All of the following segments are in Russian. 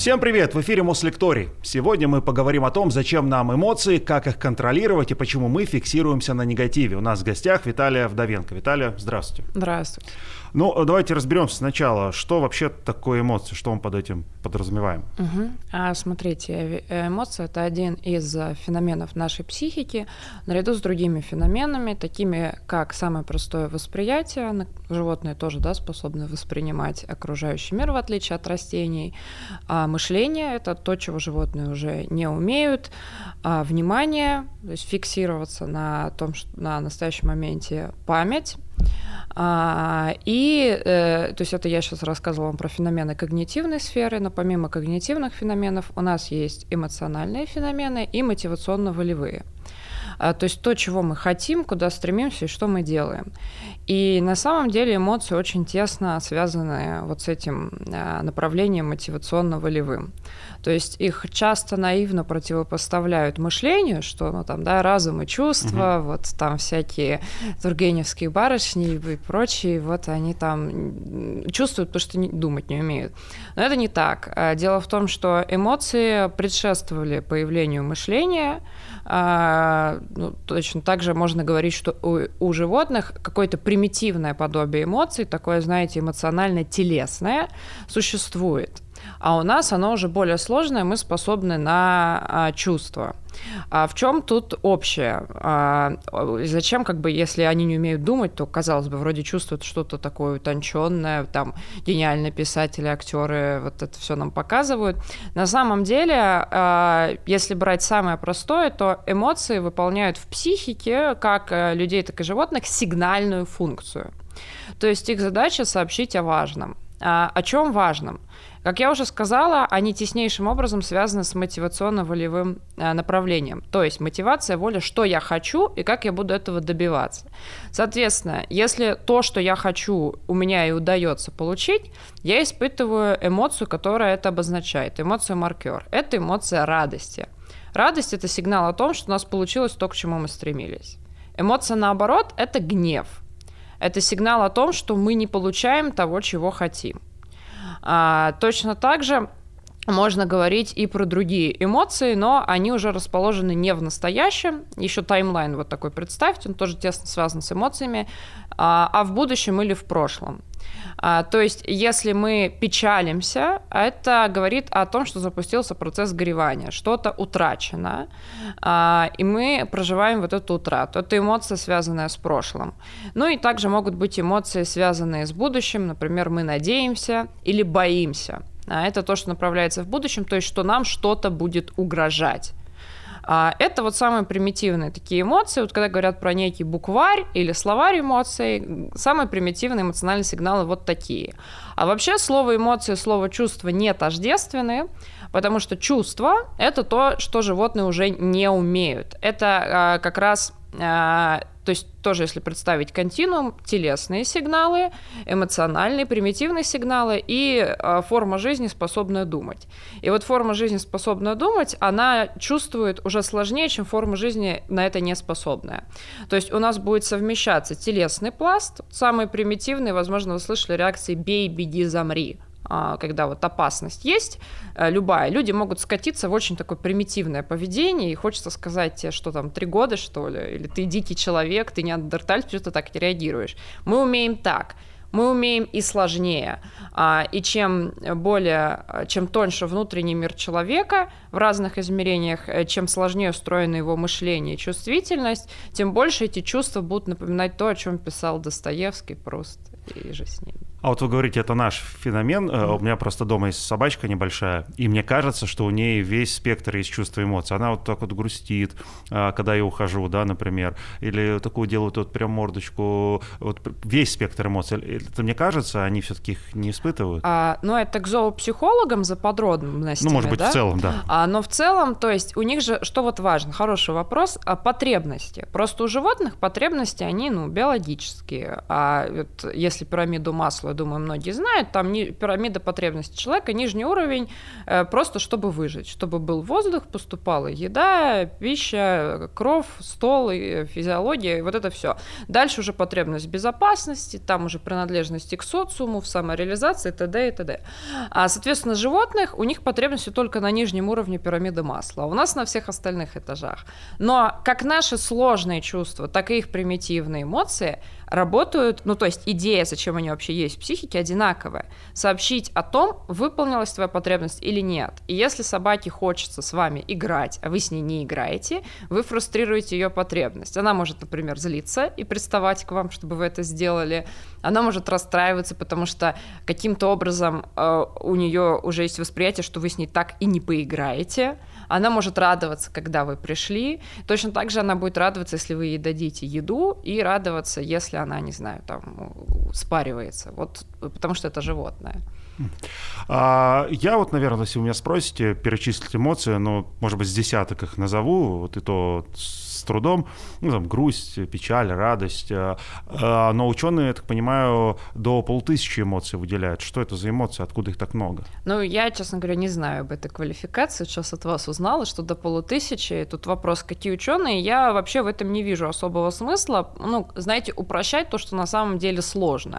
Всем привет! В эфире Мослекторий. Сегодня мы поговорим о том, зачем нам эмоции, как их контролировать и почему мы фиксируемся на негативе. У нас в гостях Виталия Вдовенко. Виталия, здравствуйте. Здравствуйте. Ну, давайте разберемся сначала, что вообще такое эмоции, что мы под этим подразумеваем. Смотрите, эмоции — это один из феноменов нашей психики, наряду с другими феноменами, такими как самое простое восприятие. Животные тоже способны воспринимать окружающий мир, в отличие от растений. А мышление — это то, чего животные уже не умеют. А внимание, то есть фиксироваться на том, что на настоящем моменте, память. То есть это я сейчас рассказывала вам про феномены когнитивной сферы, но помимо когнитивных феноменов у нас есть эмоциональные феномены и мотивационно-волевые. То есть то, чего мы хотим, куда стремимся и что мы делаем. И на самом деле эмоции очень тесно связаны вот с этим направлением мотивационно-волевым. То есть их часто наивно противопоставляют мышлению, что разум и чувства, вот там всякие тургеневские барышни и прочие, вот они там чувствуют, потому что думать не умеют. Но это не так. Дело в том, что эмоции предшествовали появлению мышления. Точно так же можно говорить, что у животных какое-то примитивное подобие эмоций, такое, знаете, эмоционально-телесное, существует. А у нас оно уже более сложное, мы способны на чувства. А в чем тут общее? Зачем, если они не умеют думать, то, казалось бы, вроде чувствуют что-то такое утонченное, там гениальные писатели, актеры вот это все нам показывают. На самом деле, если брать самое простое, то эмоции выполняют в психике, как людей, так и животных, сигнальную функцию. То есть их задача сообщить о важном. О чем важном? Как я уже сказала, они теснейшим образом связаны с мотивационно-волевым направлением. То есть мотивация, воля, что я хочу и как я буду этого добиваться. Соответственно, если то, что я хочу, у меня и удается получить, я испытываю эмоцию, которая это обозначает. Эмоция-маркер. Это эмоция радости. Радость – это сигнал о том, что у нас получилось то, к чему мы стремились. Эмоция, наоборот, это гнев. Это сигнал о том, что мы не получаем того, чего хотим. Точно так же можно говорить и про другие эмоции, но они уже расположены не в настоящем. Еще таймлайн вот такой представьте, он тоже тесно связан с эмоциями, а в будущем или в прошлом. То есть, если мы печалимся, это говорит о том, что запустился процесс горевания, что-то утрачено, и мы проживаем вот эту утрату. Это эмоция, связанная с прошлым. Ну и также могут быть эмоции, связанные с будущим, например, мы надеемся или боимся. Это то, что направляется в будущем, то есть, что нам что-то будет угрожать. Это вот самые примитивные такие эмоции. Вот когда говорят про некий букварь или словарь эмоций, самые примитивные эмоциональные сигналы вот такие. А вообще слово эмоции, слово чувство не тождественны, потому что чувство – это то, что животные уже не умеют. Это как раз... То есть тоже, если представить континуум, телесные сигналы, эмоциональные, примитивные сигналы и форма жизни, способная думать. И вот форма жизни, способная думать, она чувствует уже сложнее, чем форма жизни на это не способная. То есть у нас будет совмещаться телесный пласт, самый примитивный, возможно, вы слышали реакции «бей, беги, замри». Когда вот опасность есть, любая, люди могут скатиться в очень такое примитивное поведение, и хочется сказать тебе, что там 3 года, что ли, или ты дикий человек, ты неандерталь, почему ты так не реагируешь. Мы умеем так, мы умеем и сложнее. И чем тоньше внутренний мир человека в разных измерениях, чем сложнее устроено его мышление и чувствительность, тем больше эти чувства будут напоминать то, о чем писал Достоевский, Пруст и же с ним. А вот вы говорите, это наш феномен. У меня просто дома есть собачка небольшая, и мне кажется, что у нее весь спектр есть чувств и эмоций. Она вот так вот грустит, когда я ухожу, например, или такую делают вот прям мордочку, вот весь спектр эмоций. Это, мне кажется, они все-таки их не испытывают. Это к зоопсихологам за подробностями, может быть, в целом, да. Но в целом, то есть у них же, что вот важно, хороший вопрос, потребности. Просто у животных потребности, они, биологические. Вот если пирамиду Маслоу Маслоу, думаю, многие знают, там пирамида потребностей человека, нижний уровень просто чтобы выжить, чтобы был воздух, поступала еда, пища, кровь, стол, физиология, вот это все. Дальше уже потребность в безопасности, там уже принадлежности к социуму, в самореализации, т.д. и т.д. А, соответственно, животных, у них потребности только на нижнем уровне пирамиды Маслоу, а у нас на всех остальных этажах. Но как наши сложные чувства, так и их примитивные эмоции работают, ну, то есть идея, зачем они вообще есть в психике, одинаковая. Сообщить о том, выполнилась твоя потребность или нет. И если собаке хочется с вами играть, а вы с ней не играете, вы фрустрируете ее потребность. Она может, например, злиться и приставать к вам, чтобы вы это сделали. Она может расстраиваться, потому что каким-то образом у нее уже есть восприятие, что вы с ней так и не поиграете. Она может радоваться, когда вы пришли. Точно так же она будет радоваться, если вы ей дадите еду, и радоваться, если она, не знаю, там спаривается. Вот, потому что это животное. Я вот, наверное, если вы меня спросите, перечислить эмоции, ну, может быть, с десяток их назову, вот и то с трудом, ну, там, грусть, печаль, радость. Но ученые, я так понимаю, до 5000 эмоций выделяют. Что это за эмоции, откуда их так много? Ну, я, честно говоря, не знаю об этой квалификации. Сейчас от вас узнала, что до 5000. Тут вопрос, какие ученые. Я вообще в этом не вижу особого смысла. Ну, знаете, упрощать то, что на самом деле сложно.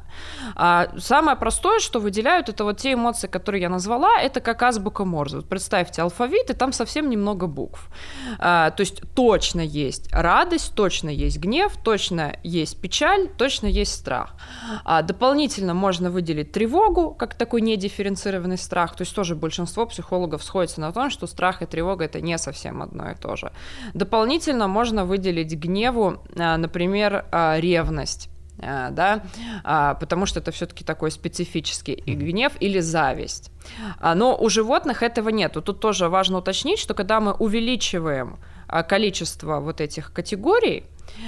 Самое простое, что выделяют, это вот те эмоции, которые я назвала, это как азбука Морзе. Вот представьте алфавит, и там совсем немного букв. То есть точно есть радость, точно есть гнев, точно есть печаль, точно есть страх. Дополнительно можно выделить тревогу, как такой недифференцированный страх. То есть тоже большинство психологов сходятся на том, что страх и тревога – это не совсем одно и то же. Дополнительно можно выделить гневу, например, ревность. Да, потому что это все-таки такой специфический гнев или зависть. Но у животных этого нет. Тут тоже важно уточнить, что когда мы увеличиваем количество вот этих категорий,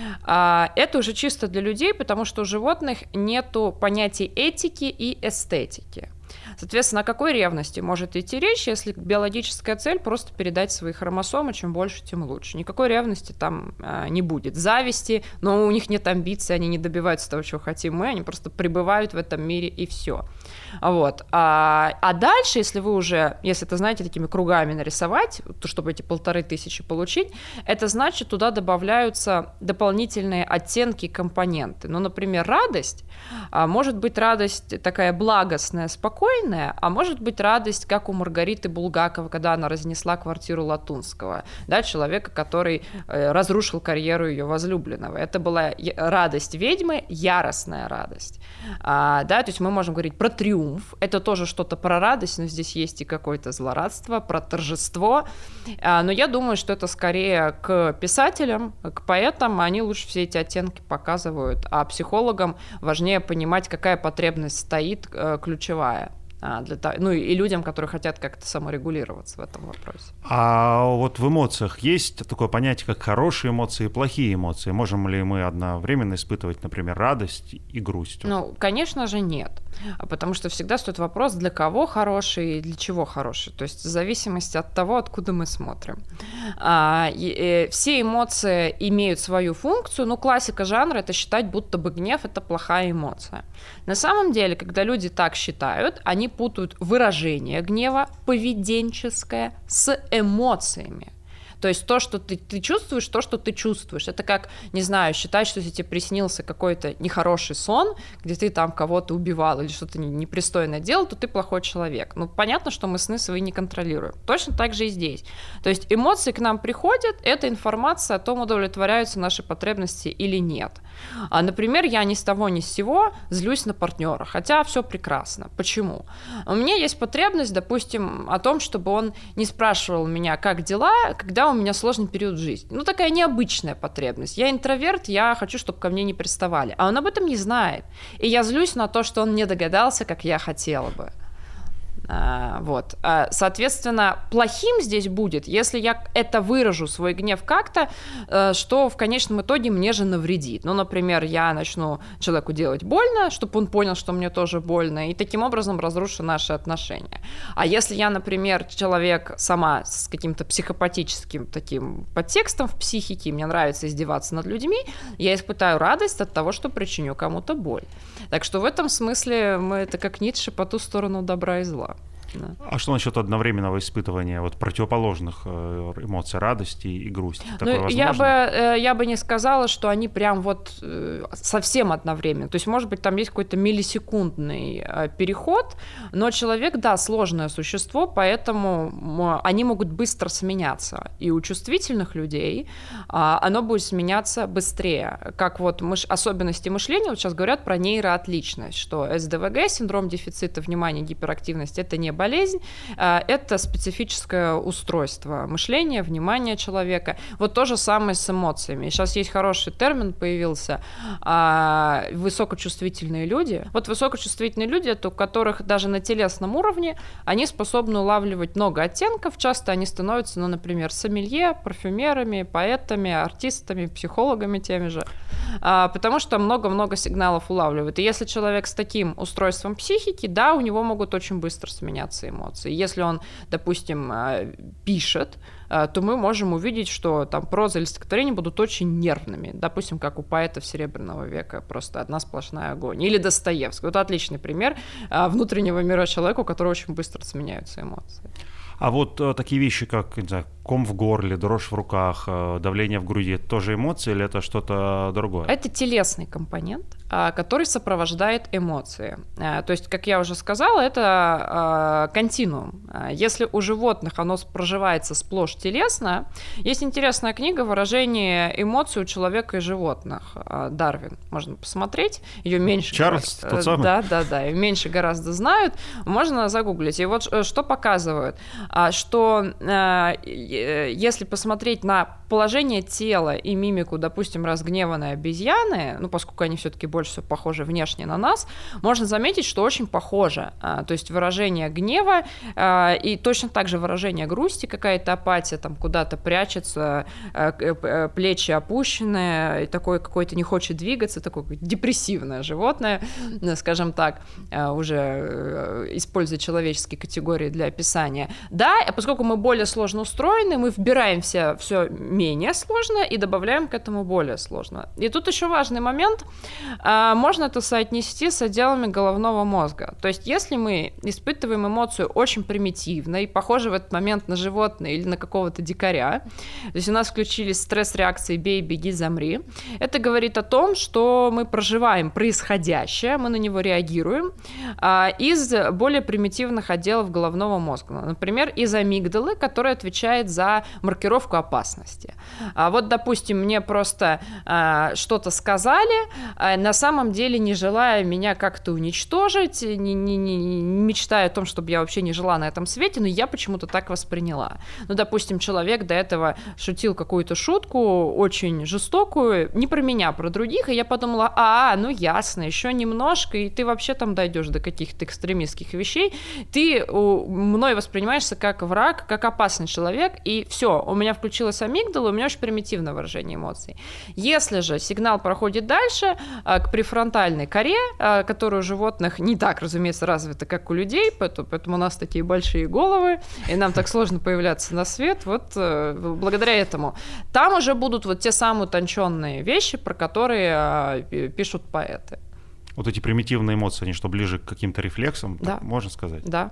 это уже чисто для людей, потому что у животных нету понятий этики и эстетики. Соответственно, о какой ревности может идти речь, если биологическая цель просто передать свои хромосомы, чем больше, тем лучше. Никакой ревности там не будет. Зависти, но у них нет амбиций, они не добиваются того, чего хотим мы, они просто пребывают в этом мире и все. Вот. А дальше, если вы уже, если это, знаете, такими кругами нарисовать, то, чтобы эти 1500 получить, это значит, туда добавляются дополнительные оттенки, компоненты. Ну, например, радость. Может быть радость такая благостная, спокойная, а может быть радость, как у Маргариты Булгаковой, когда она разнесла квартиру Латунского, да, человека, который разрушил карьеру ее возлюбленного. Это была радость ведьмы, яростная радость. Да, то есть мы можем говорить про триумф, это тоже что-то про радость, но здесь есть и какое-то злорадство, про торжество. Но я думаю, что это скорее к писателям, к поэтам, они лучше все эти оттенки показывают, а психологам важнее понимать, какая потребность стоит ключевая. Ну и людям, которые хотят как-то саморегулироваться в этом вопросе. А вот в эмоциях есть такое понятие, как хорошие эмоции и плохие эмоции? Можем ли мы одновременно испытывать, например, радость и грусть? Ну, конечно же, нет. Потому что всегда стоит вопрос, для кого хороший и для чего хороший. То есть в зависимости от того, откуда мы смотрим. Все эмоции имеют свою функцию, но классика жанра — это считать, будто бы гнев — это плохая эмоция. На самом деле, когда люди так считают, они путают выражение гнева, поведенческое, с эмоциями. То есть то, что ты чувствуешь, то, что ты чувствуешь. Это как, не знаю, считать, что если тебе приснился какой-то нехороший сон, где ты там кого-то убивал или что-то непристойное делал, то ты плохой человек. Ну, понятно, что мы сны свои не контролируем. Точно так же и здесь. То есть эмоции к нам приходят, это информация о том, удовлетворяются наши потребности или нет. Например, я ни с того ни с сего злюсь на партнера, хотя все прекрасно. Почему? У меня есть потребность, допустим, о том, чтобы он не спрашивал меня, как дела, когда у меня сложный период жизни. Ну, такая необычная потребность. Я интроверт, я хочу, чтобы ко мне не приставали. А он об этом не знает. И я злюсь на то, что он не догадался, как я хотела бы. Вот. Соответственно, плохим здесь будет, если я это выражу, свой гнев как-то, что в конечном итоге мне же навредит. Ну, например, я начну человеку делать больно, чтобы он понял, что мне тоже больно, и таким образом разрушу наши отношения. А если я, например, человек сама с каким-то психопатическим таким подтекстом в психике, мне нравится издеваться над людьми, я испытаю радость от того, что причиню кому-то боль. Так что в этом смысле мы это как Ницше по ту сторону добра и зла. Да. А что насчет одновременного испытывания вот противоположных эмоций, радости и грусти? Такое возможно? Я бы не сказала, что они прям вот совсем одновременно. То есть, может быть, там есть какой-то миллисекундный переход, но человек, да, сложное существо, поэтому они могут быстро сменяться. И у чувствительных людей оно будет сменяться быстрее. Как вот особенности мышления, вот сейчас говорят про нейроотличность, что СДВГ, синдром дефицита внимания, гиперактивности, это не болезнь, это специфическое устройство мышления, внимания человека. Вот то же самое с эмоциями. Сейчас есть хороший термин появился — высокочувствительные люди. Вот высокочувствительные люди — это у которых даже на телесном уровне они способны улавливать много оттенков. Часто они становятся, ну, например, сомелье, парфюмерами, поэтами, артистами, психологами теми же, потому что много-много сигналов улавливают. И если человек с таким устройством психики, да, у него могут очень быстро сменяться эмоции. Если он, допустим, пишет, то мы можем увидеть, что там проза или стихотворение будут очень нервными. Допустим, как у поэтов Серебряного века, просто одна сплошная огонь. Или Достоевский. Вот отличный пример внутреннего мира человека, у которого очень быстро сменяются эмоции. А вот такие вещи, как, не знаю, ком в горле, дрожь в руках, давление в груди, это тоже эмоции или это что-то другое? Это телесный компонент, который сопровождает эмоции. То есть, как я уже сказала, это континуум. Если у животных оно проживается сплошь телесно, есть интересная книга «Выражение эмоций у человека и животных». Дарвин, можно посмотреть. Ее меньше... Чарльз, тот самый? Да, ее меньше гораздо знают. Можно загуглить. И вот что показывают, что если посмотреть на положение тела и мимику, допустим, разгневанной обезьяны, ну, поскольку они все-таки больше всего похожи внешне на нас, можно заметить, что очень похоже. То есть выражение гнева и точно так же выражение грусти, какая-то апатия там куда-то прячется, плечи опущенные, и такое какое-то не хочет двигаться, такое депрессивное животное, скажем так, уже используя человеческие категории для описания. Да, поскольку мы более сложно устроены, мы вбираем все менее сложно и добавляем к этому более сложно. И тут еще важный момент. Можно это соотнести с отделами головного мозга. То есть если мы испытываем эмоцию очень примитивно и похожи в этот момент на животное или на какого-то дикаря, то есть у нас включились стресс-реакции «бей, беги, замри», это говорит о том, что мы проживаем происходящее, мы на него реагируем из более примитивных отделов головного мозга. Например, из амигдалы, которая отвечает за маркировку опасности. Вот, допустим, мне просто что-то сказали, на самом деле не желая меня как-то уничтожить, не мечтая о том, чтобы я вообще не жила на этом свете, но я почему-то так восприняла. Ну, допустим, человек до этого шутил какую-то шутку очень жестокую, не про меня, а про других, и я подумала, ну ясно, еще немножко, и ты вообще там дойдешь до каких-то экстремистских вещей, ты мной воспринимаешься как враг, как опасный человек, и все, у меня включилась амигдала, у меня очень примитивное выражение эмоций. Если же сигнал проходит дальше, к префронтальной коре, которая у животных не так, разумеется, развита, как у людей, поэтому у нас такие большие головы, и нам так сложно появляться на свет, вот благодаря этому. Там уже будут вот те самые утонченные вещи, про которые пишут поэты. Вот эти примитивные эмоции, они что, ближе к каким-то рефлексам, да. Так можно сказать? Да.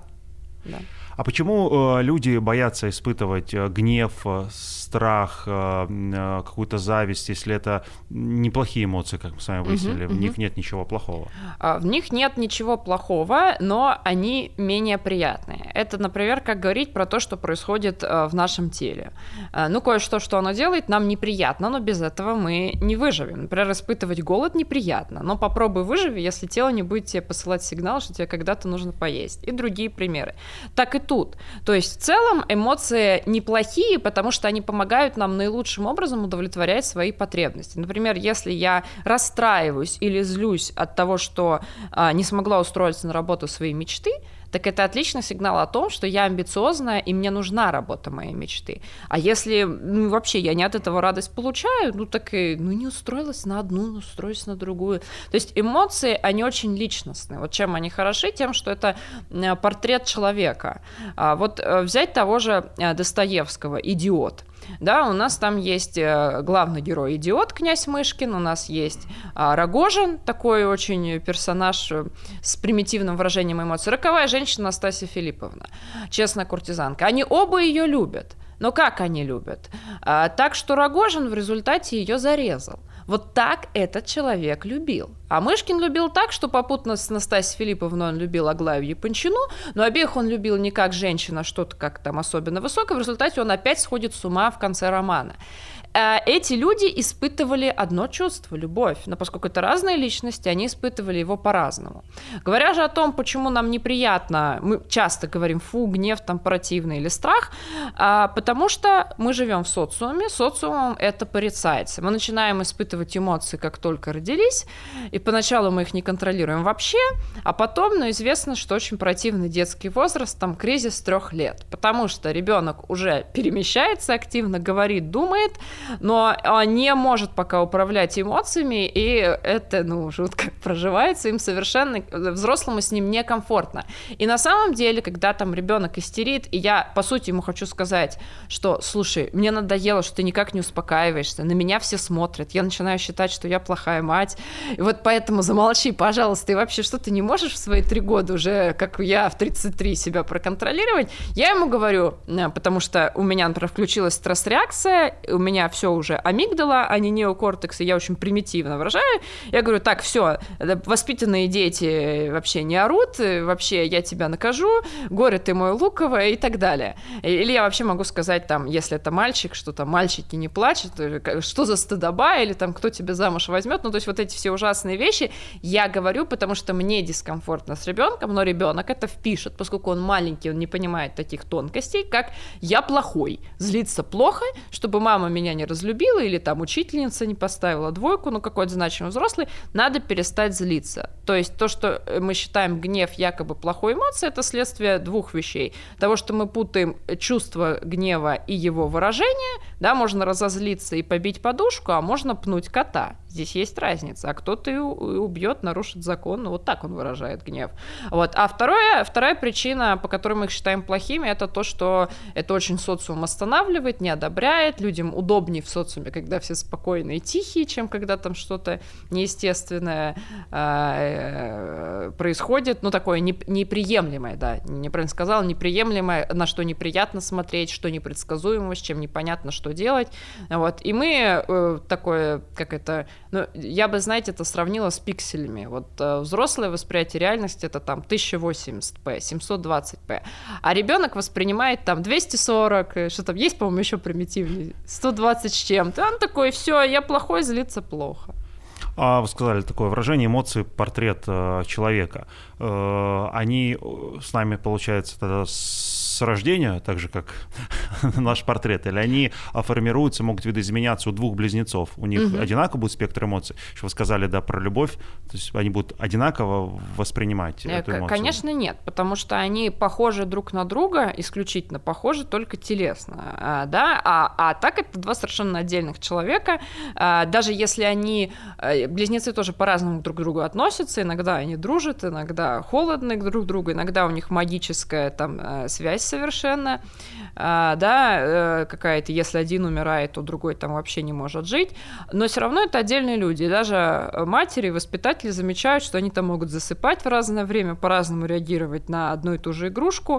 А почему люди боятся испытывать гнев, страх, какую-то зависть, если это неплохие эмоции, как мы с вами выяснили, в них нет ничего плохого? В них нет ничего плохого, но они менее приятные. Это, например, как говорить про то, что происходит в нашем теле. Ну, кое-что, что оно делает, нам неприятно, но без этого мы не выживем. Например, испытывать голод неприятно, но попробуй выживи, если тело не будет тебе посылать сигнал, что тебе когда-то нужно поесть. И другие примеры. Так и тут. То есть в целом эмоции неплохие, потому что они помогают нам наилучшим образом удовлетворять свои потребности. Например, если я расстраиваюсь или злюсь от того, что не смогла устроиться на работу своей мечты, так это отличный сигнал о том, что я амбициозная, и мне нужна работа моей мечты. А если вообще я не от этого радость получаю, так и не устроилась на одну, устроилась на другую. То есть эмоции, они очень личностные. Вот чем они хороши? Тем, что это портрет человека. Вот взять того же Достоевского «Идиот». Да, у нас там есть главный герой идиот, князь Мышкин, у нас есть Рогожин, такой очень персонаж с примитивным выражением эмоций, роковая женщина Настасья Филипповна, честная куртизанка. Они оба ее любят. Но как они любят? Так что Рогожин в результате ее зарезал. Вот так этот человек любил. А Мышкин любил так, что попутно с Настасьей Филипповной он любил Аглаю Япончину, но обеих он любил не как женщина, что-то как там особенно высокое, в результате он опять сходит с ума в конце романа. Эти люди испытывали одно чувство – любовь, но поскольку это разные личности, они испытывали его по-разному. Говоря же о том, почему нам неприятно, мы часто говорим «фу», «гнев», там, «противный» или «страх», потому что мы живем в социуме, социумом это порицается. Мы начинаем испытывать эмоции, как только родились, и поначалу мы их не контролируем вообще, а потом, известно, что очень противный детский возраст, там, кризис 3 лет, потому что ребенок уже перемещается активно, говорит, думает, но не может пока управлять эмоциями, и это, жутко проживается, им совершенно, взрослому с ним некомфортно. И на самом деле, когда там ребенок истерит, и я, по сути, ему хочу сказать, что, слушай, мне надоело, что ты никак не успокаиваешься, на меня все смотрят, я начинаю считать, что я плохая мать, и вот поэтому замолчи, пожалуйста, и вообще, что ты не можешь в свои 3 года уже, как я в 33, себя проконтролировать? Я ему говорю, потому что у меня, например, включилась стресс-реакция, у меня все уже амигдала, а не неокортекс, и я очень примитивно выражаю. Я говорю, так, все, воспитанные дети вообще не орут, вообще я тебя накажу, горе ты мой луковое и так далее. Или я вообще могу сказать, там, если это мальчик, что там мальчики не плачут, что за стыдоба, или там кто тебя замуж возьмет, то есть вот эти все ужасные вещи я говорю, потому что мне дискомфортно с ребенком, но ребенок это впишет, поскольку он маленький, он не понимает таких тонкостей, как я плохой, злиться плохо, чтобы мама меня не разлюбила, или там учительница не поставила 2, какой-то значимый взрослый, надо перестать злиться. То есть то, что мы считаем гнев якобы плохой эмоцией, это следствие 2 вещей. Того, что мы путаем чувство гнева и его выражение, да, можно разозлиться и побить подушку, а можно пнуть кота. Здесь есть разница. А кто-то и убьет, нарушит закон, вот так он выражает гнев. Вот. А вторая причина, по которой мы их считаем плохими, это то, что это очень социум останавливает, не одобряет, людям удобнее в социуме, когда все спокойные и тихие, чем когда там что-то неестественное происходит, такое неприемлемое, да, неправильно сказала, неприемлемое, на что неприятно смотреть, что непредсказуемо, с чем непонятно, что делать, вот, и мы такое, как это, я бы, знаете, это сравнила с пикселями, вот взрослое восприятие реальности это там 1080p, 720p, а ребенок воспринимает там 240, что там есть, по-моему, еще примитивнее, 120 с чем-то, он такой, все, я плохой, злиться плохо. Вы сказали такое выражение эмоции, портрет человека. Они с нами, получается, тогда с рождения, так же, как наш портрет, или они формируются, могут видоизменяться у 2 близнецов? У них одинаково будет спектр эмоций? Что вы сказали, да, про любовь, то есть они будут одинаково воспринимать эту эмоцию? Конечно, нет, потому что они похожи друг на друга, исключительно похожи только телесно, да, а так это 2 совершенно отдельных человека, даже если они, близнецы тоже по-разному друг к другу относятся, иногда они дружат, иногда холодны друг к другу, иногда у них магическая там связь совершенно, да, какая-то, если один умирает, то другой там вообще не может жить, но все равно это отдельные люди, и даже матери, воспитатели замечают, что они там могут засыпать в разное время, по-разному реагировать на одну и ту же игрушку.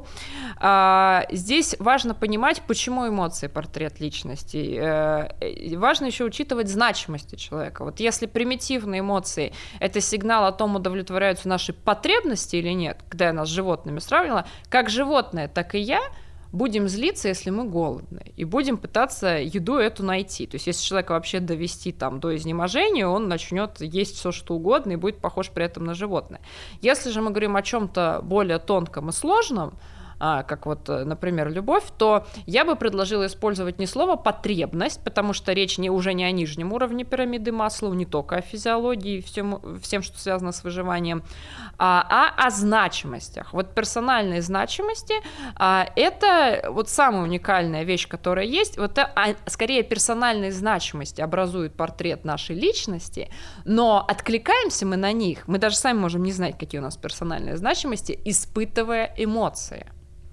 Здесь важно понимать, почему эмоции портрет личности. Важно еще учитывать значимость человека. Вот если примитивные эмоции — это сигнал о том, удовлетворяются наши потребности или нет, когда я нас с животными сравнила, как животное, так и я будем злиться, если мы голодны, и будем пытаться еду эту найти. То есть если человека вообще довести там до изнеможения, он начнет есть все, что угодно, и будет похож при этом на животное. Если же мы говорим о чем-то более тонком и сложном, как вот, например, любовь, то я бы предложила использовать не слово «потребность», потому что речь уже не о нижнем уровне пирамиды Маслоу, не только о физиологии, всем, что связано с выживанием, а о значимостях. Вот персональные значимости — это вот самая уникальная вещь, которая есть. Вот скорее персональные значимости образуют портрет нашей личности, но откликаемся мы на них, мы даже сами можем не знать, какие у нас персональные значимости, испытывая эмоции.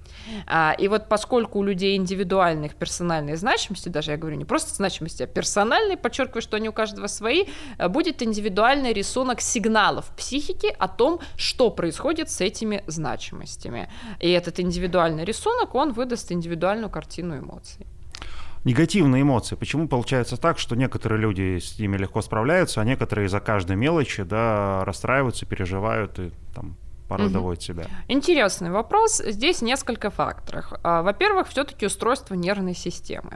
И вот поскольку у людей индивидуальных персональные значимости, даже я говорю не просто значимости, а персональные, подчеркиваю, что они у каждого свои, будет индивидуальный рисунок сигналов психики о том, что происходит с этими значимостями. И этот индивидуальный рисунок, он выдаст индивидуальную картину эмоций. Негативные эмоции. Почему получается так, что некоторые люди с ними легко справляются, а некоторые из-за каждой мелочи, да, расстраиваются, переживают и там порой доводят себя? Интересный вопрос. Здесь несколько факторов. Во-первых, все-таки устройство нервной системы.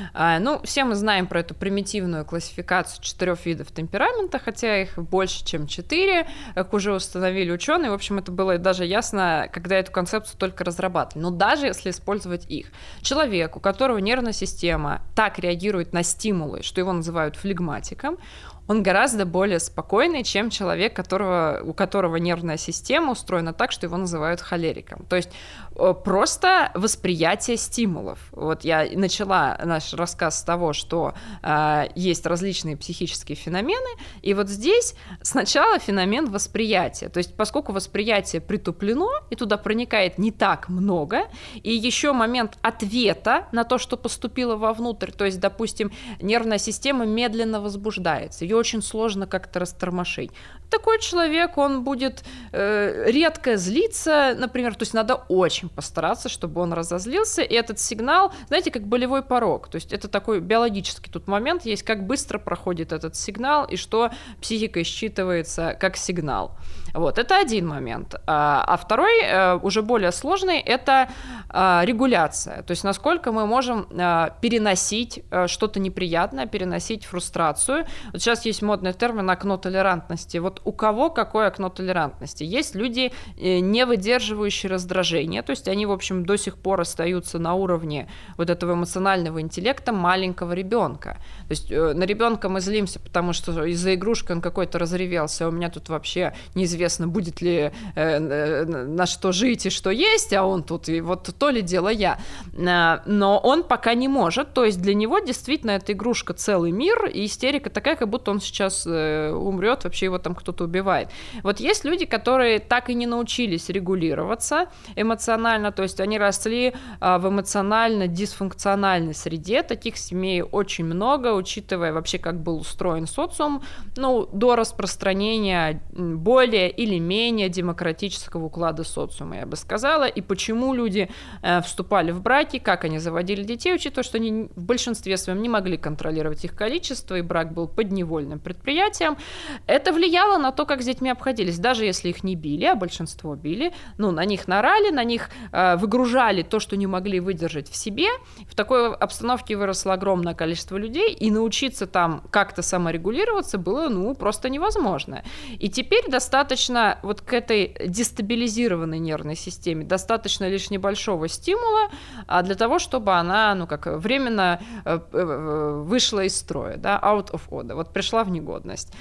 Все мы знаем про эту примитивную классификацию 4 видов темперамента, хотя их больше, чем 4, как уже установили ученые. В общем, это было даже ясно, когда эту концепцию только разрабатывали. Но даже если использовать их, человек, у которого нервная система так реагирует на стимулы, что его называют флегматиком, он гораздо более спокойный, чем человек, у которого нервная система устроена так, что его называют холериком. То есть просто восприятие стимулов. Вот я начала наш рассказ с того, что есть различные психические феномены, и вот здесь сначала феномен восприятия. То есть поскольку восприятие притуплено, и туда проникает не так много, и еще момент ответа на то, что поступило вовнутрь, то есть, допустим, нервная система медленно возбуждается, ее очень сложно как-то растормошить. Такой человек, он будет редко злиться, например, то есть надо очень постараться, чтобы он разозлился, и этот сигнал, знаете, как болевой порог, то есть это такой биологический тут момент есть, как быстро проходит этот сигнал, и что психикой считывается как сигнал. Вот, это один момент. А второй, уже более сложный, это регуляция, то есть насколько мы можем переносить что-то неприятное, переносить фрустрацию. Вот сейчас есть модный термин «окно толерантности». Вот у кого какое окно толерантности? Есть люди, не выдерживающие раздражения, то есть они, в общем, до сих пор остаются на уровне вот этого эмоционального интеллекта маленького ребенка. То есть на ребенка мы злимся, потому что из-за игрушки он какой-то разревелся, а у меня тут вообще неизвестно, будет ли на что жить и что есть, а он тут, и вот то ли дело я. Но он пока не может, то есть для него действительно эта игрушка целый мир, и истерика такая, как будто он сейчас умрет, вообще его там кто-то убивает. Вот есть люди, которые так и не научились регулироваться эмоционально, то есть они росли в эмоционально дисфункциональной среде, таких семей очень много, учитывая вообще, как был устроен социум, до распространения более или менее демократического уклада социума, я бы сказала, и почему люди вступали в браки, как они заводили детей, учитывая, что они в большинстве своем не могли контролировать их количество, и брак был подневольным предприятием. Это влияло на то, как с детьми обходились, даже если их не били, а большинство били, на них нарали, на них выгружали то, что не могли выдержать в себе. В такой обстановке выросло огромное количество людей, и научиться там как-то саморегулироваться было, просто невозможно. И теперь достаточно вот к этой дестабилизированной нервной системе достаточно лишь небольшого стимула для того, чтобы она, временно вышла из строя, да, out of order, вот пришла в негодность.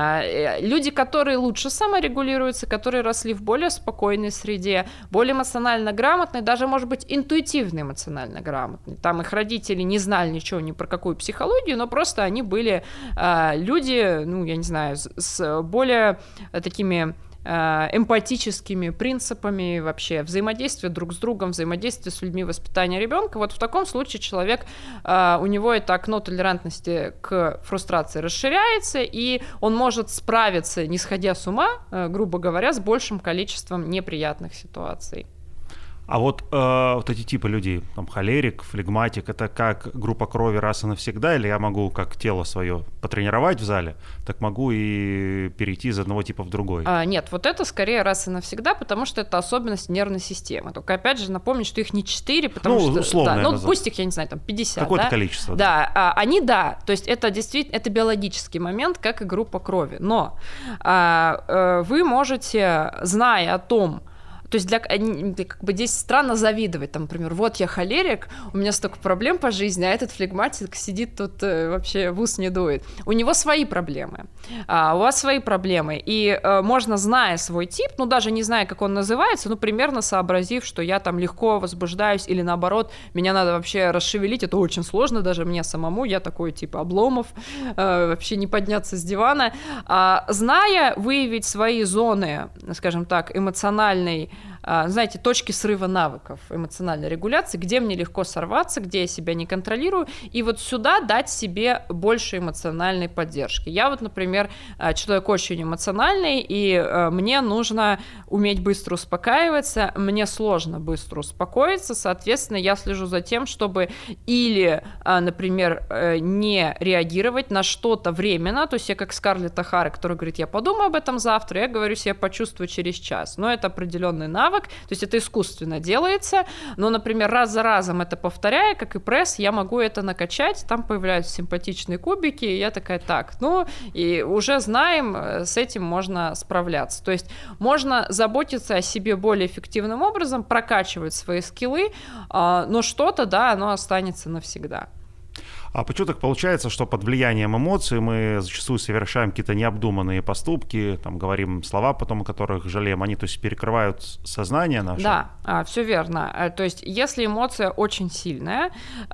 Люди, которые лучше саморегулируются, которые росли в более спокойной среде, более эмоционально грамотные, даже, может быть, интуитивно эмоционально грамотные. Там их родители не знали ничего ни про какую психологию, но просто они были люди, я не знаю, с более такими эмпатическими принципами вообще взаимодействия друг с другом, взаимодействия с людьми, воспитания ребенка. Вот в таком случае человек, у него это окно толерантности к фрустрации расширяется, и он может справиться, не сходя с ума, грубо говоря, с большим количеством неприятных ситуаций. А вот эти типы людей, там холерик, флегматик, это как группа крови раз и навсегда, или я могу как тело свое потренировать в зале, так могу и перейти из одного типа в другой? Нет, вот это скорее раз и навсегда, потому что это особенность нервной системы. Только опять же напомню, что их не 4, потому что... условно, пусть их, я не знаю, там 50, какое-то количество. Да, они, то есть это действительно, это биологический момент, как и группа крови. Но вы можете, зная о том, То есть как бы здесь странно завидовать, там, например, вот я холерик, у меня столько проблем по жизни, а этот флегматик сидит тут вообще в ус не дует. У него свои проблемы, у вас свои проблемы, и можно, зная свой тип, ну, даже не зная, как он называется, ну, примерно сообразив, что я там легко возбуждаюсь, или наоборот, меня надо вообще расшевелить, это очень сложно даже мне самому, я такой, типа, Обломов, вообще не подняться с дивана. Зная выявить свои зоны, скажем так, эмоциональной, знаете, точки срыва навыков эмоциональной регуляции, где мне легко сорваться, где я себя не контролирую, и вот сюда дать себе больше эмоциональной поддержки. Я вот, например, человек очень эмоциональный, и мне нужно уметь быстро успокаиваться, мне сложно быстро успокоиться, соответственно, я слежу за тем, чтобы или, например, не реагировать на что-то временно, то есть я как Скарлетт О'Хара, которая говорит, я подумаю об этом завтра, я говорю себе, почувствую через час, но это определенный навык, то есть это искусственно делается, но, например, раз за разом это повторяя, как и пресс, я могу это накачать, там появляются симпатичные кубики, и я такая, так, ну, и уже знаем, с этим можно справляться, то есть можно заботиться о себе более эффективным образом, прокачивать свои скиллы, но что-то, да, оно останется навсегда. А почему так получается, что под влиянием эмоций мы зачастую совершаем какие-то необдуманные поступки, там, говорим слова, потом о которых жалеем, они, то есть, перекрывают сознание наше? Да, все верно. То есть, если эмоция очень сильная,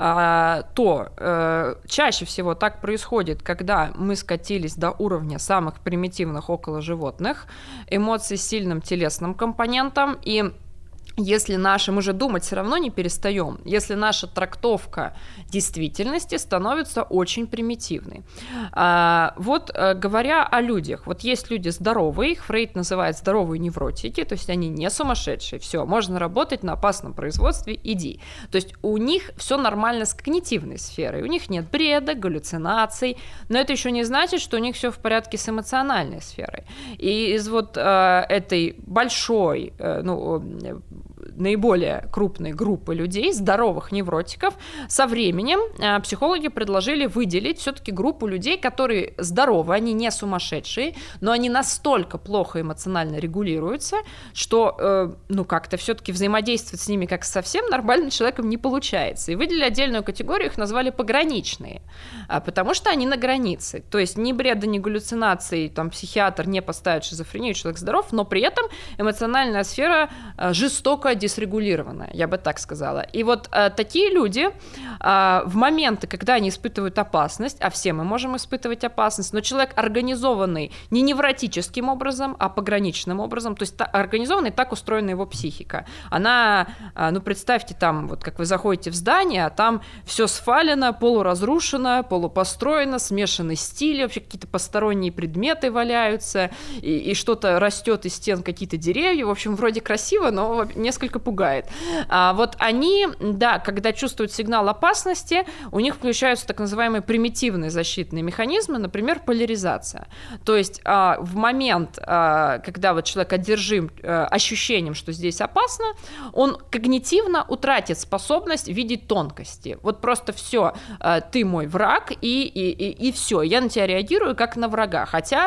то чаще всего так происходит, когда мы скатились до уровня самых примитивных около животных, эмоций с сильным телесным компонентом, и если мы же думать все равно не перестаем, если наша трактовка действительности становится очень примитивной. Вот говоря о людях, вот есть люди здоровые, их Фрейд называет здоровые невротики, то есть они не сумасшедшие, все, можно работать на опасном производстве, иди. То есть у них все нормально с когнитивной сферой, у них нет бреда, галлюцинаций, но это еще не значит, что у них все в порядке с эмоциональной сферой. И из вот этой большой, наиболее крупной группы людей, здоровых невротиков, со временем психологи предложили выделить все-таки группу людей, которые здоровы, они не сумасшедшие, но они настолько плохо эмоционально регулируются, что как-то все-таки взаимодействовать с ними как с совсем нормальным человеком не получается. И выделили отдельную категорию, их назвали пограничные, потому что они на границе. То есть ни бреда, ни галлюцинаций, там, психиатр не поставит шизофрению, человек здоров, но при этом эмоциональная сфера жестоко дисрегулированная, я бы так сказала. И вот такие люди в моменты, когда они испытывают опасность, а все мы можем испытывать опасность, но человек организованный не невротическим образом, а пограничным образом, то есть организованный, так устроена его психика. Она, представьте, там, вот как вы заходите в здание, а там все сфалено, полуразрушено, полупостроено, смешанные стили, вообще какие-то посторонние предметы валяются, и что-то растет из стен, какие-то деревья, в общем, вроде красиво, но несколько пугает. Вот они, да, когда чувствуют сигнал опасности, у них включаются так называемые примитивные защитные механизмы, например, поляризация. То есть в момент, когда вот человек одержим ощущением, что здесь опасно, он когнитивно утратит способность видеть тонкости. Вот просто все, ты мой враг, и все, я на тебя реагирую как на врага. Хотя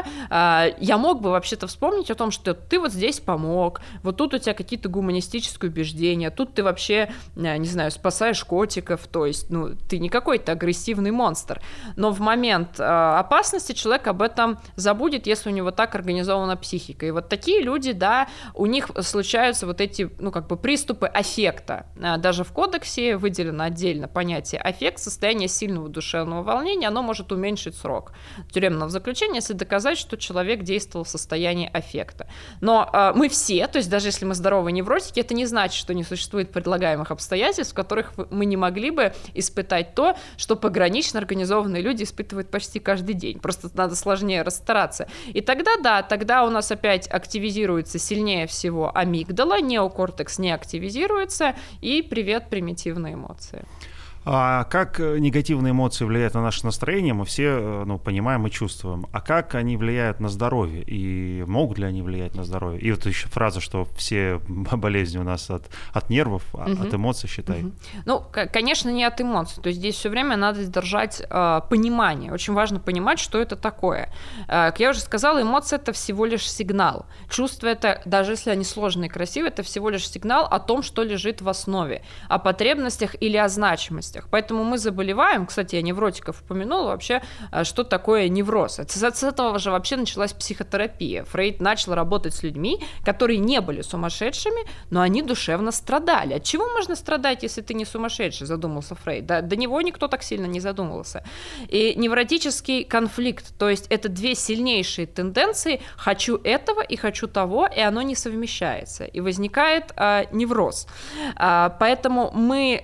я мог бы вообще-то вспомнить о том, что ты вот здесь помог, вот тут у тебя какие-то гуманистические убеждения, тут ты вообще, не знаю, спасаешь котиков, то есть, ты не какой-то агрессивный монстр. Но в момент опасности человек об этом забудет, если у него так организована психика. И вот такие люди, да, у них случаются вот эти, приступы аффекта. Даже в кодексе выделено отдельно понятие аффект, состояние сильного душевного волнения, оно может уменьшить срок тюремного заключения, если доказать, что человек действовал в состоянии аффекта. Но мы все, то есть даже если мы здоровые невротики, это не значит, что не существует предлагаемых обстоятельств, в которых мы не могли бы испытать то, что погранично организованные люди испытывают почти каждый день. Просто надо сложнее расстараться. И тогда у нас опять активизируется сильнее всего амигдала, неокортекс не активизируется, и привет примитивные эмоции. А как негативные эмоции влияют на наше настроение, мы все понимаем и чувствуем. А как они влияют на здоровье? И могут ли они влиять на здоровье? И вот еще фраза, что все болезни у нас от нервов, от эмоций, считай. Ну, конечно, не от эмоций. То есть здесь все время надо держать понимание. Очень важно понимать, что это такое. Как я уже сказала, эмоции — это всего лишь сигнал. Чувства — это, даже если они сложные и красивые, это всего лишь сигнал о том, что лежит в основе, о потребностях или о значимости. Поэтому мы заболеваем, кстати, я невротиков упомянула, вообще, что такое невроз. С этого же вообще началась психотерапия. Фрейд начал работать с людьми, которые не были сумасшедшими, но они душевно страдали. От чего можно страдать, если ты не сумасшедший, задумался Фрейд. До него никто так сильно не задумывался. И невротический конфликт, то есть это две сильнейшие тенденции: хочу этого и хочу того, и оно не совмещается. И возникает невроз. Поэтому мы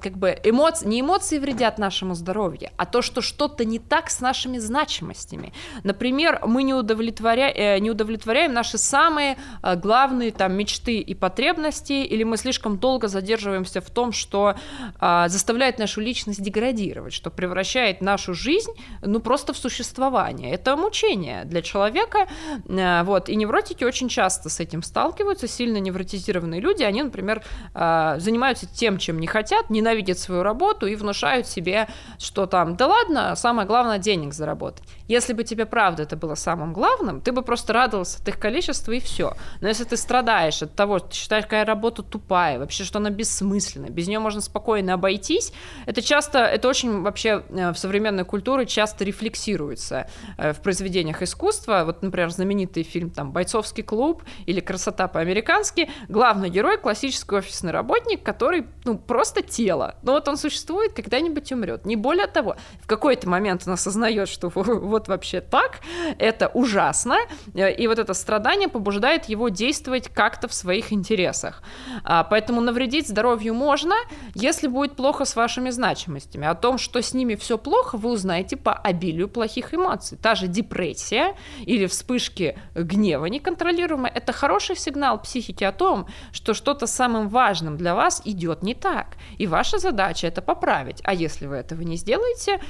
не эмоции вредят нашему здоровью, а то, что что-то не так с нашими значимостями. Например, мы не удовлетворяем наши самые главные мечты и потребности, или мы слишком долго задерживаемся в том, что заставляет нашу личность деградировать, что превращает нашу жизнь просто в существование. Это мучение для человека. И невротики очень часто с этим сталкиваются. Сильно невротизированные люди, они, например, занимаются тем, чем не хотят, ненавидят свою работу и внушают себе, что да ладно, самое главное — денег заработать. Если бы тебе правда это было самым главным, ты бы просто радовался от их количества и все. Но если ты страдаешь от того, что ты считаешь, какая работа тупая, вообще, что она бессмысленна, без нее можно спокойно обойтись, это очень вообще в современной культуре часто рефлексируется в произведениях искусства. Вот, например, знаменитый фильм «Бойцовский клуб» или «Красота по-американски». Главный герой — классический офисный работник, который просто тело. Но он существует, когда-нибудь умрет. Не более того, в какой-то момент он осознает, что вот вообще так, это ужасно, и вот это страдание побуждает его действовать как-то в своих интересах. Поэтому навредить здоровью можно, если будет плохо с вашими значимостями. О том, что с ними все плохо, вы узнаете по обилию плохих эмоций. Та же депрессия или вспышки гнева неконтролируемые — это хороший сигнал психики о том, что что-то самым важным для вас идет не так. И ваша задача — это поправить. А если вы этого не сделаете,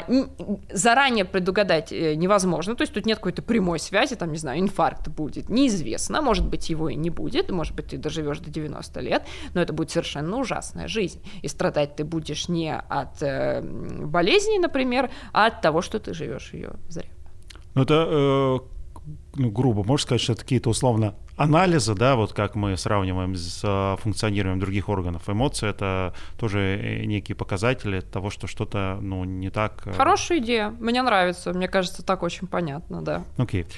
заранее предугадать невозможно. То есть тут нет какой-то прямой связи, инфаркт будет. Неизвестно. Может быть, его и не будет. Может быть, ты доживешь до 90 лет, но это будет совершенно ужасная жизнь. И страдать ты будешь не от болезни, например, а от того, что ты живешь ее зря. Это грубо, можно сказать, что это какие-то условно анализы, да, вот как мы сравниваем с функционированием других органов. Эмоции — это тоже некие показатели того, что что-то, не так. Хорошая идея, мне нравится, мне кажется, так очень понятно, да. Окей.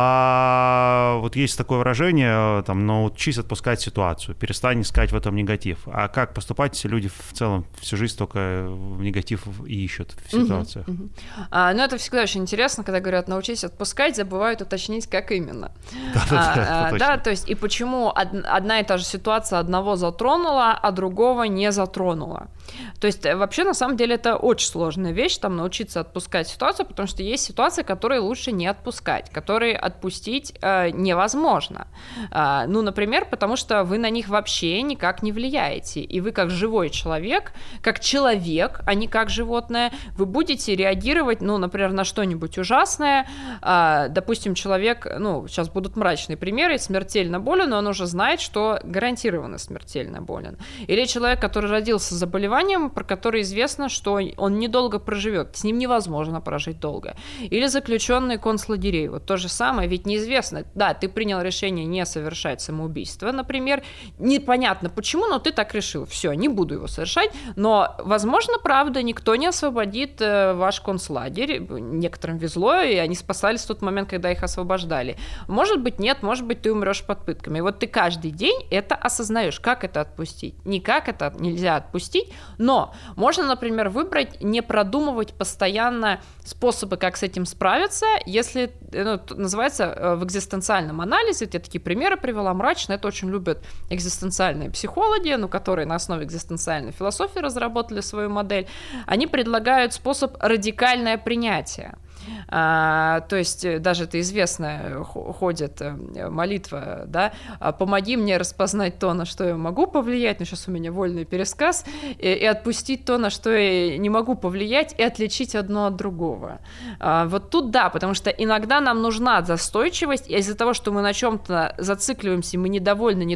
Вот есть такое выражение, научись отпускать ситуацию, перестань искать в этом негатив. А как поступать, если люди в целом всю жизнь только в негатив и ищут в ситуациях? Это всегда очень интересно, когда говорят «научись отпускать», забывают уточнить, как именно. Да, то есть и почему одна и та же ситуация одного затронула, а другого не затронула. То есть вообще на самом деле это очень сложная вещь, научиться отпускать ситуацию, потому что есть ситуации, которые лучше не отпускать, которые отпустить невозможно. Например, потому что вы на них вообще никак не влияете, и вы как живой человек, а не как животное, вы будете реагировать, например, на что-нибудь ужасное. Допустим, человек, сейчас будут мрачные примеры, смертельно болен, но он уже знает, что гарантированно смертельно болен. Или человек, который родился с заболеванием, про который известно, что он недолго проживет, с ним невозможно прожить долго. Или заключенный концлагерей, вот то же самое, ведь неизвестно, да, ты принял решение не совершать самоубийство, например, непонятно почему, но ты так решил, все, не буду его совершать, но, возможно, правда, никто не освободит ваш концлагерь, некоторым везло, и они спасались в тот момент, когда их освобождали. Может быть, нет, может быть, ты умрешь под пытками. И вот ты каждый день это осознаешь. Как это отпустить? Никак это нельзя отпустить, но можно, например, выбрать не продумывать постоянно способы, как с этим справиться, если, называется в экзистенциальном анализе, я такие примеры привела, мрачно, это очень любят экзистенциальные психологи, которые на основе экзистенциальной философии разработали свою модель, они предлагают способ радикальное принятие. То есть даже это известная ходит молитва, да, «Помоги мне распознать то, на что я могу повлиять», но сейчас у меня вольный пересказ, и отпустить то, на что я не могу повлиять, и отличить одно от другого. Вот тут да, потому что иногда нам нужна застойчивость, и из-за того, что мы на чем-то зацикливаемся, мы недовольны,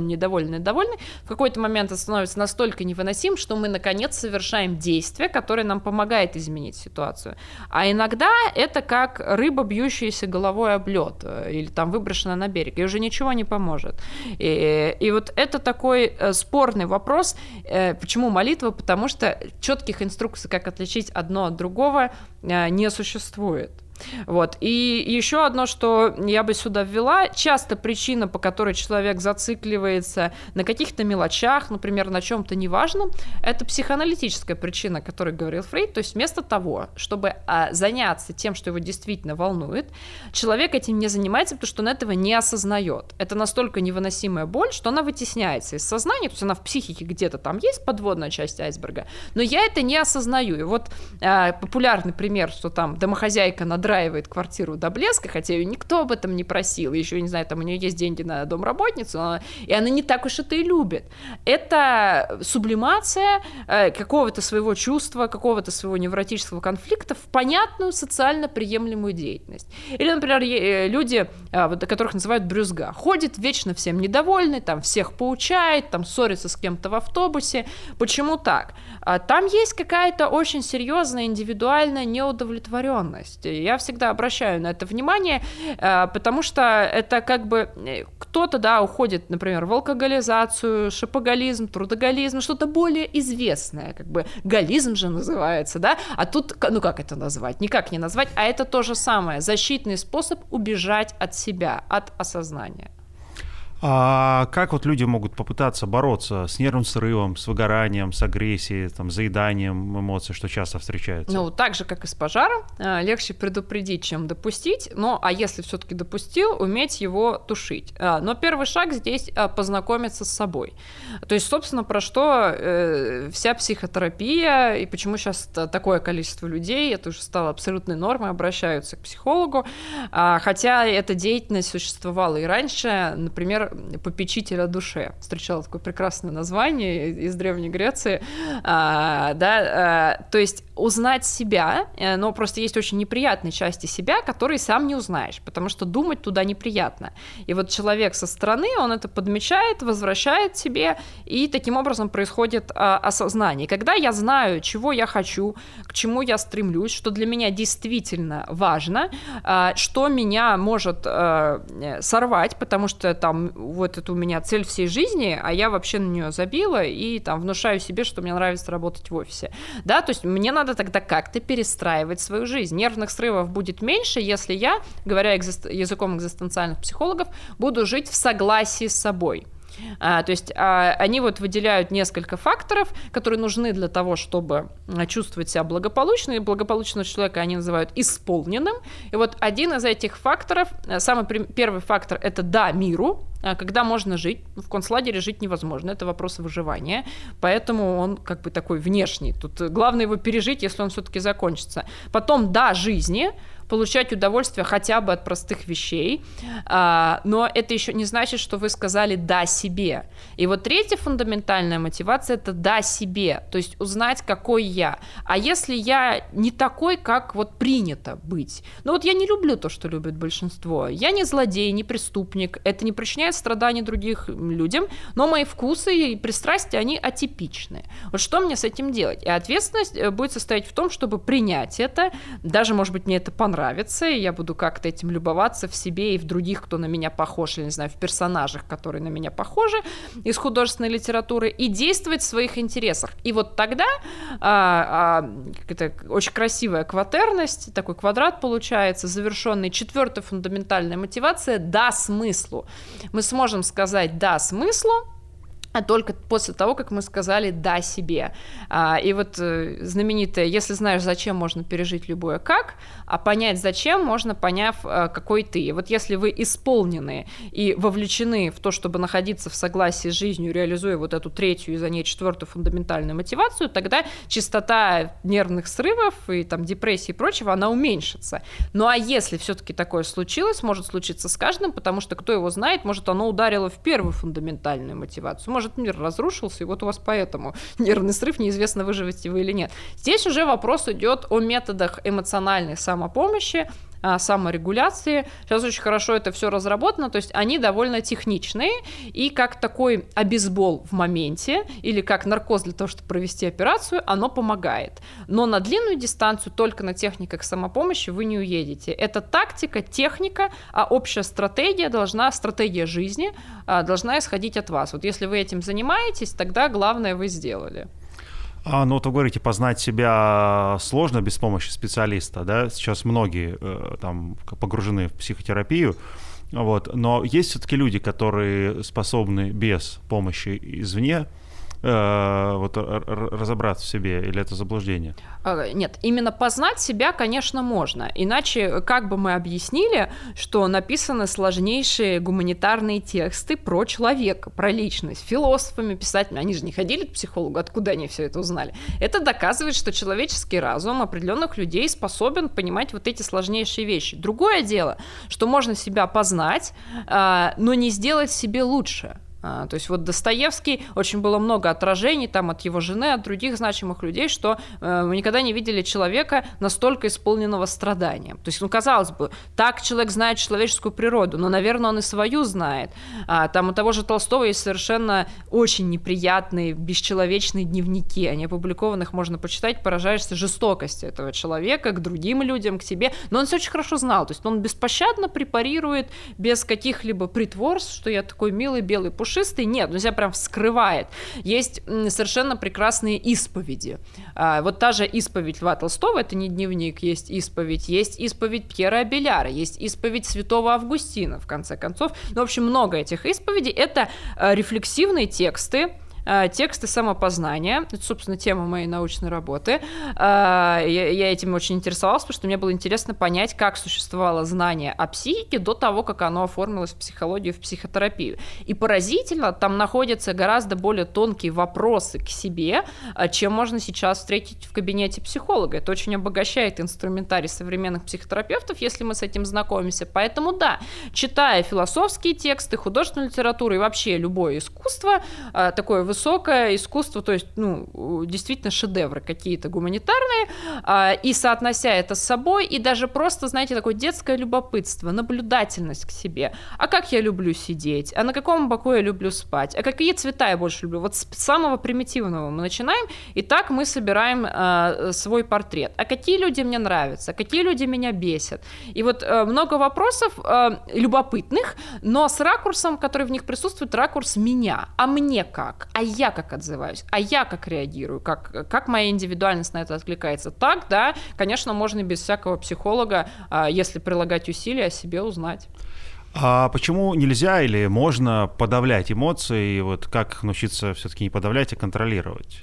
в какой-то момент это становится настолько невыносим, что мы, наконец, совершаем действие, которое нам помогает изменить ситуацию. А иногда это как рыба, бьющаяся головой об лед, или там выброшенная на берег, и уже ничего не поможет. И вот это такой спорный вопрос. Почему молитва? Потому что четких инструкций, как отличить одно от другого, не существует. Вот. И еще одно, что я бы сюда ввела, часто причина, по которой человек зацикливается на каких-то мелочах, например, на чем-то неважном, это психоаналитическая причина, о которой говорил Фрейд. То есть вместо того, чтобы заняться тем, что его действительно волнует, человек этим не занимается, потому что он этого не осознает. Это настолько невыносимая боль, что она вытесняется из сознания, то есть она в психике где-то там есть, подводная часть айсберга, но я это не осознаю. И вот популярный пример, что там домохозяйка надраивает квартиру до блеска, хотя ее никто об этом не просил, еще, не знаю, там у нее есть деньги на домработницу, и она не так уж это и любит. Это сублимация какого-то своего чувства, какого-то своего невротического конфликта в понятную социально приемлемую деятельность. Или, например, люди, которых называют брюзга, ходит вечно всем недовольный, там всех поучает, там ссорится с кем-то в автобусе. Почему так? Там есть какая-то очень серьезная индивидуальная неудовлетворенность. Я всегда обращаю на это внимание, потому что это как бы кто-то, да, уходит, например, в алкоголизацию, шопоголизм, трудоголизм, что-то более известное, как бы гализм же называется, да, а тут, ну как это назвать? Никак не назвать, а это то же самое, защитный способ убежать от себя, от осознания. А как вот люди могут попытаться бороться с нервным срывом, с выгоранием, с агрессией, там, заеданием эмоций, что часто встречается? Ну, так же, как и с пожаром, легче предупредить, чем допустить, а если все-таки допустил, уметь его тушить. Но первый шаг здесь познакомиться с собой. То есть, собственно, про что вся психотерапия, и почему сейчас такое количество людей, это уже стало абсолютной нормой, обращаются к психологу, хотя эта деятельность существовала и раньше, например, попечитель о душе. Встречала такое прекрасное название из Древней Греции. То есть узнать себя, но просто есть очень неприятные части себя, которые сам не узнаешь, потому что думать туда неприятно. И вот человек со стороны, он это подмечает, возвращает себе, и таким образом происходит осознание. Когда я знаю, чего я хочу, к чему я стремлюсь, что для меня действительно важно, что меня может сорвать, потому что там вот это у меня цель всей жизни, а я вообще на нее забила и там внушаю себе, что мне нравится работать в офисе. Да, то есть мне надо тогда как-то перестраивать свою жизнь. Нервных срывов будет меньше, если я, говоря языком экзистенциальных психологов, буду жить в согласии с собой. То есть они вот выделяют несколько факторов, которые нужны для того, чтобы чувствовать себя благополучно, и благополучного человека они называют исполненным. И вот один из этих факторов, самый первый фактор — это «да» миру, когда можно жить. В концлагере жить невозможно, это вопрос выживания, поэтому он как бы такой внешний. Тут главное его пережить, если он все-таки закончится. Потом «да» жизни, получать удовольствие хотя бы от простых вещей, но это еще не значит, что вы сказали «да» себе. И вот третья фундаментальная мотивация — это «да» себе, то есть узнать, какой я. А если я не такой, как вот принято быть? Ну вот я не люблю то, что любит большинство. Я не злодей, не преступник, это не причиняет страданий других людям, но мои вкусы и пристрастия, они атипичны. Вот что мне с этим делать? И ответственность будет состоять в том, чтобы принять это, даже, может быть, мне это понравится, и я буду как-то этим любоваться в себе и в других, кто на меня похож, или, не знаю, в персонажах, которые на меня похожи из художественной литературы, и действовать в своих интересах. И вот тогда это очень красивая кватерность, такой квадрат получается, завершенный. Четвертая фундаментальная мотивация — «да» смыслу. Мы сможем сказать «да» смыслу, а только после того, как мы сказали «да» себе. И вот знаменитое «если знаешь, зачем, можно пережить любое как», а понять зачем можно, поняв, какой ты. И вот если вы исполнены и вовлечены в то, чтобы находиться в согласии с жизнью, реализуя вот эту третью и за ней четвертую фундаментальную мотивацию, тогда частота нервных срывов и там депрессии и прочего, она уменьшится. Ну а если все-таки такое случилось, может случиться с каждым, потому что кто его знает, может оно ударило в первую фундаментальную мотивацию, может мир разрушился, и вот у вас поэтому нервный срыв, неизвестно, выживете вы или нет. Здесь уже вопрос идет о методах эмоциональной самопомощи, саморегуляции. Сейчас очень хорошо это все разработано, то есть они довольно техничные, и как такой обезбол в моменте, или как наркоз для того, чтобы провести операцию, оно помогает. Но на длинную дистанцию только на техниках самопомощи вы не уедете. Это тактика, техника, а общая стратегия жизни должна исходить от вас. Вот если вы этим занимаетесь, тогда главное вы сделали. Ну, вот вы говорите, познать себя сложно без помощи специалиста, да? Сейчас многие там погружены в психотерапию, вот. Но есть все-таки люди, которые способны без помощи извне вот разобраться в себе, или это заблуждение? Нет, именно познать себя, конечно, можно. Иначе как бы мы объяснили, что написаны сложнейшие гуманитарные тексты про человека, про личность, философами, писателями. Они же не ходили к психологу, откуда они все это узнали? Это доказывает, что человеческий разум определенных людей способен понимать вот эти сложнейшие вещи. Другое дело, что можно себя познать, но не сделать себе лучше. То есть вот Достоевский, очень было много отражений там от его жены, от других значимых людей, что мы никогда не видели человека настолько исполненного страдания. То есть, казалось бы, так человек знает человеческую природу, но, наверное, он и свою знает. Там у того же Толстого есть совершенно очень неприятные, бесчеловечные дневники. Они опубликованы, их можно почитать, поражаешься жестокости этого человека к другим людям, к себе. Но он все очень хорошо знал. То есть он беспощадно препарирует без каких-либо притворств, что я такой милый, белый, пушистый. Нет, он себя прям вскрывает. Есть совершенно прекрасные исповеди. Вот та же исповедь Льва Толстого, это не дневник, есть исповедь Пьера Абеляра, есть исповедь святого Августина, в конце концов. Ну, в общем, много этих исповедей. Это рефлексивные тексты самопознания. Это, собственно, тема моей научной работы. Я этим очень интересовалась, потому что мне было интересно понять, как существовало знание о психике до того, как оно оформилось в психологию, в психотерапию. И поразительно, там находятся гораздо более тонкие вопросы к себе, чем можно сейчас встретить в кабинете психолога. Это очень обогащает инструментарий современных психотерапевтов, если мы с этим знакомимся. Поэтому да, читая философские тексты, художественную литературу и вообще любое искусство, такое высокое искусство, то есть, действительно шедевры какие-то гуманитарные, и соотнося это с собой, и даже просто, знаете, такое детское любопытство, наблюдательность к себе. А как я люблю сидеть? А на каком боку я люблю спать? А какие цвета я больше люблю? Вот с самого примитивного мы начинаем, и так мы собираем свой портрет. А какие люди мне нравятся? А какие люди меня бесят? И вот много вопросов любопытных, но с ракурсом, который в них присутствует, ракурс меня. А мне как? А я как отзываюсь? А я как реагирую? Как моя индивидуальность на это откликается? Так, да, конечно, можно без всякого психолога, если прилагать усилия, о себе узнать. А почему нельзя или можно подавлять эмоции? Вот как научиться все-таки не подавлять, а контролировать?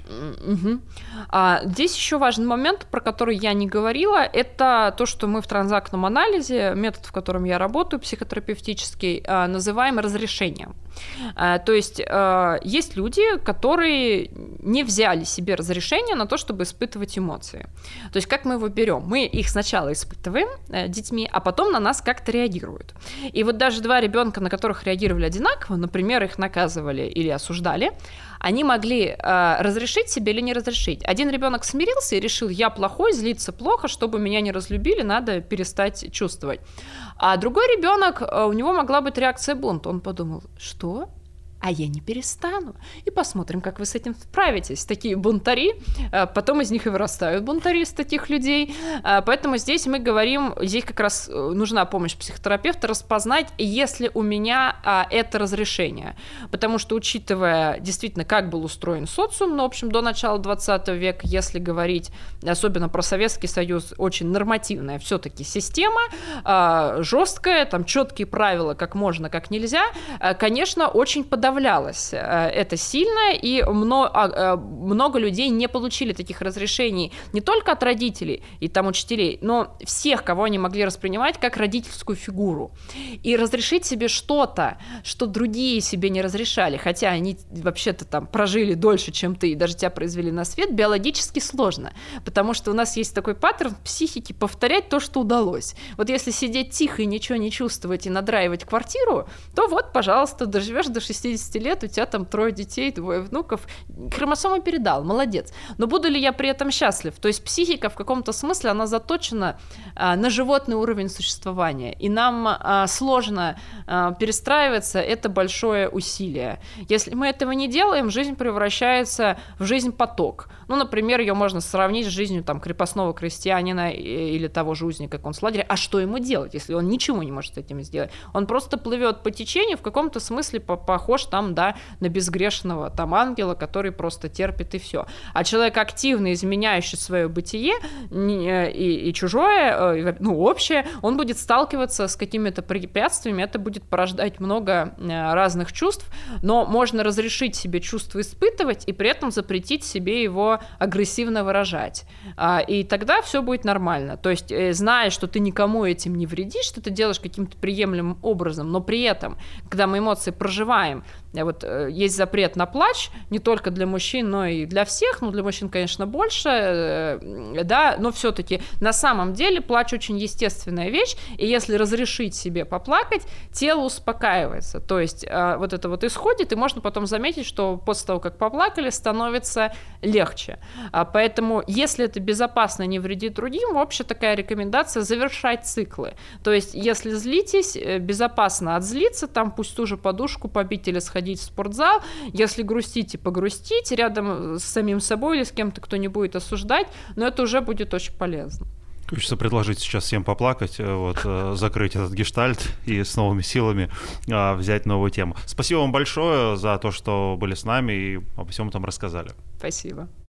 Здесь еще важный момент, про который я не говорила, это то, что мы в транзактном анализе, метод, в котором я работаю, психотерапевтический, называем разрешением. То есть есть люди, которые не взяли себе разрешение на то, чтобы испытывать эмоции. То есть как мы его берем? Мы их сначала испытываем детьми, а потом на нас как-то реагируют. И вот даже два ребенка, на которых реагировали одинаково, например, их наказывали или осуждали, они могли разрешить себе или не разрешить. Один ребенок смирился и решил: я плохой, злиться плохо, чтобы меня не разлюбили, надо перестать чувствовать. А другой ребенок, у него могла быть реакция бунта. Он подумал: что? А я не перестану. И посмотрим, как вы с этим справитесь. Такие бунтари, потом из них и вырастают бунтари, из таких людей. Поэтому здесь мы говорим, здесь как раз нужна помощь психотерапевта распознать, если у меня это разрешение. Потому что, учитывая действительно, как был устроен социум, в общем, до начала 20 века, если говорить, особенно про Советский Союз, очень нормативная все-таки система, жесткая, там четкие правила, как можно, как нельзя, конечно, очень подавляющая проявлялось это сильно, и много людей не получили таких разрешений не только от родителей и там учителей, но всех, кого они могли воспринимать как родительскую фигуру. И разрешить себе что-то, что другие себе не разрешали, хотя они вообще-то там прожили дольше, чем ты, и даже тебя произвели на свет, биологически сложно, потому что у нас есть такой паттерн в психике повторять то, что удалось. Вот если сидеть тихо и ничего не чувствовать и надраивать квартиру, то вот, пожалуйста, доживешь до 60 лет, у тебя там 3 детей, 2 внуков, хромосомы передал, молодец. Но буду ли я при этом счастлив? То есть психика в каком-то смысле, она заточена на животный уровень существования, и нам сложно перестраиваться, это большое усилие. Если мы этого не делаем, жизнь превращается в жизнь-поток. Ну, например, ее можно сравнить с жизнью там, крепостного крестьянина или того же узника концлагеря. А что ему делать, если он ничего не может с этим сделать? Он просто плывет по течению, в каком-то смысле похож там, да, на безгрешного там ангела, который просто терпит и все. А человек активно изменяющий свое бытие и чужое, ну, общее, он будет сталкиваться с какими-то препятствиями, это будет порождать много разных чувств, но можно разрешить себе чувство испытывать и при этом запретить себе его агрессивно выражать. И тогда все будет нормально. То есть, зная, что ты никому этим не вредишь, что ты делаешь каким-то приемлемым образом, но при этом, когда мы эмоции проживаем, вот есть запрет на плач не только для мужчин, но и для всех, ну, для мужчин, конечно, больше, да, но все-таки на самом деле плач очень естественная вещь, и если разрешить себе поплакать, тело успокаивается, то есть вот это вот исходит, и можно потом заметить, что после того, как поплакали, становится легче. Поэтому, если это безопасно, не вредит другим, вообще такая рекомендация завершать циклы. То есть, если злитесь, безопасно отзлиться, там пусть ту же подушку побить или сходить в спортзал. Если грустите, погрустите рядом с самим собой или с кем-то, кто не будет осуждать, но это уже будет очень полезно. Хочется предложить сейчас всем поплакать, вот, закрыть этот гештальт и с новыми силами взять новую тему. Спасибо вам большое за то, что были с нами и обо всем этом рассказали. Спасибо.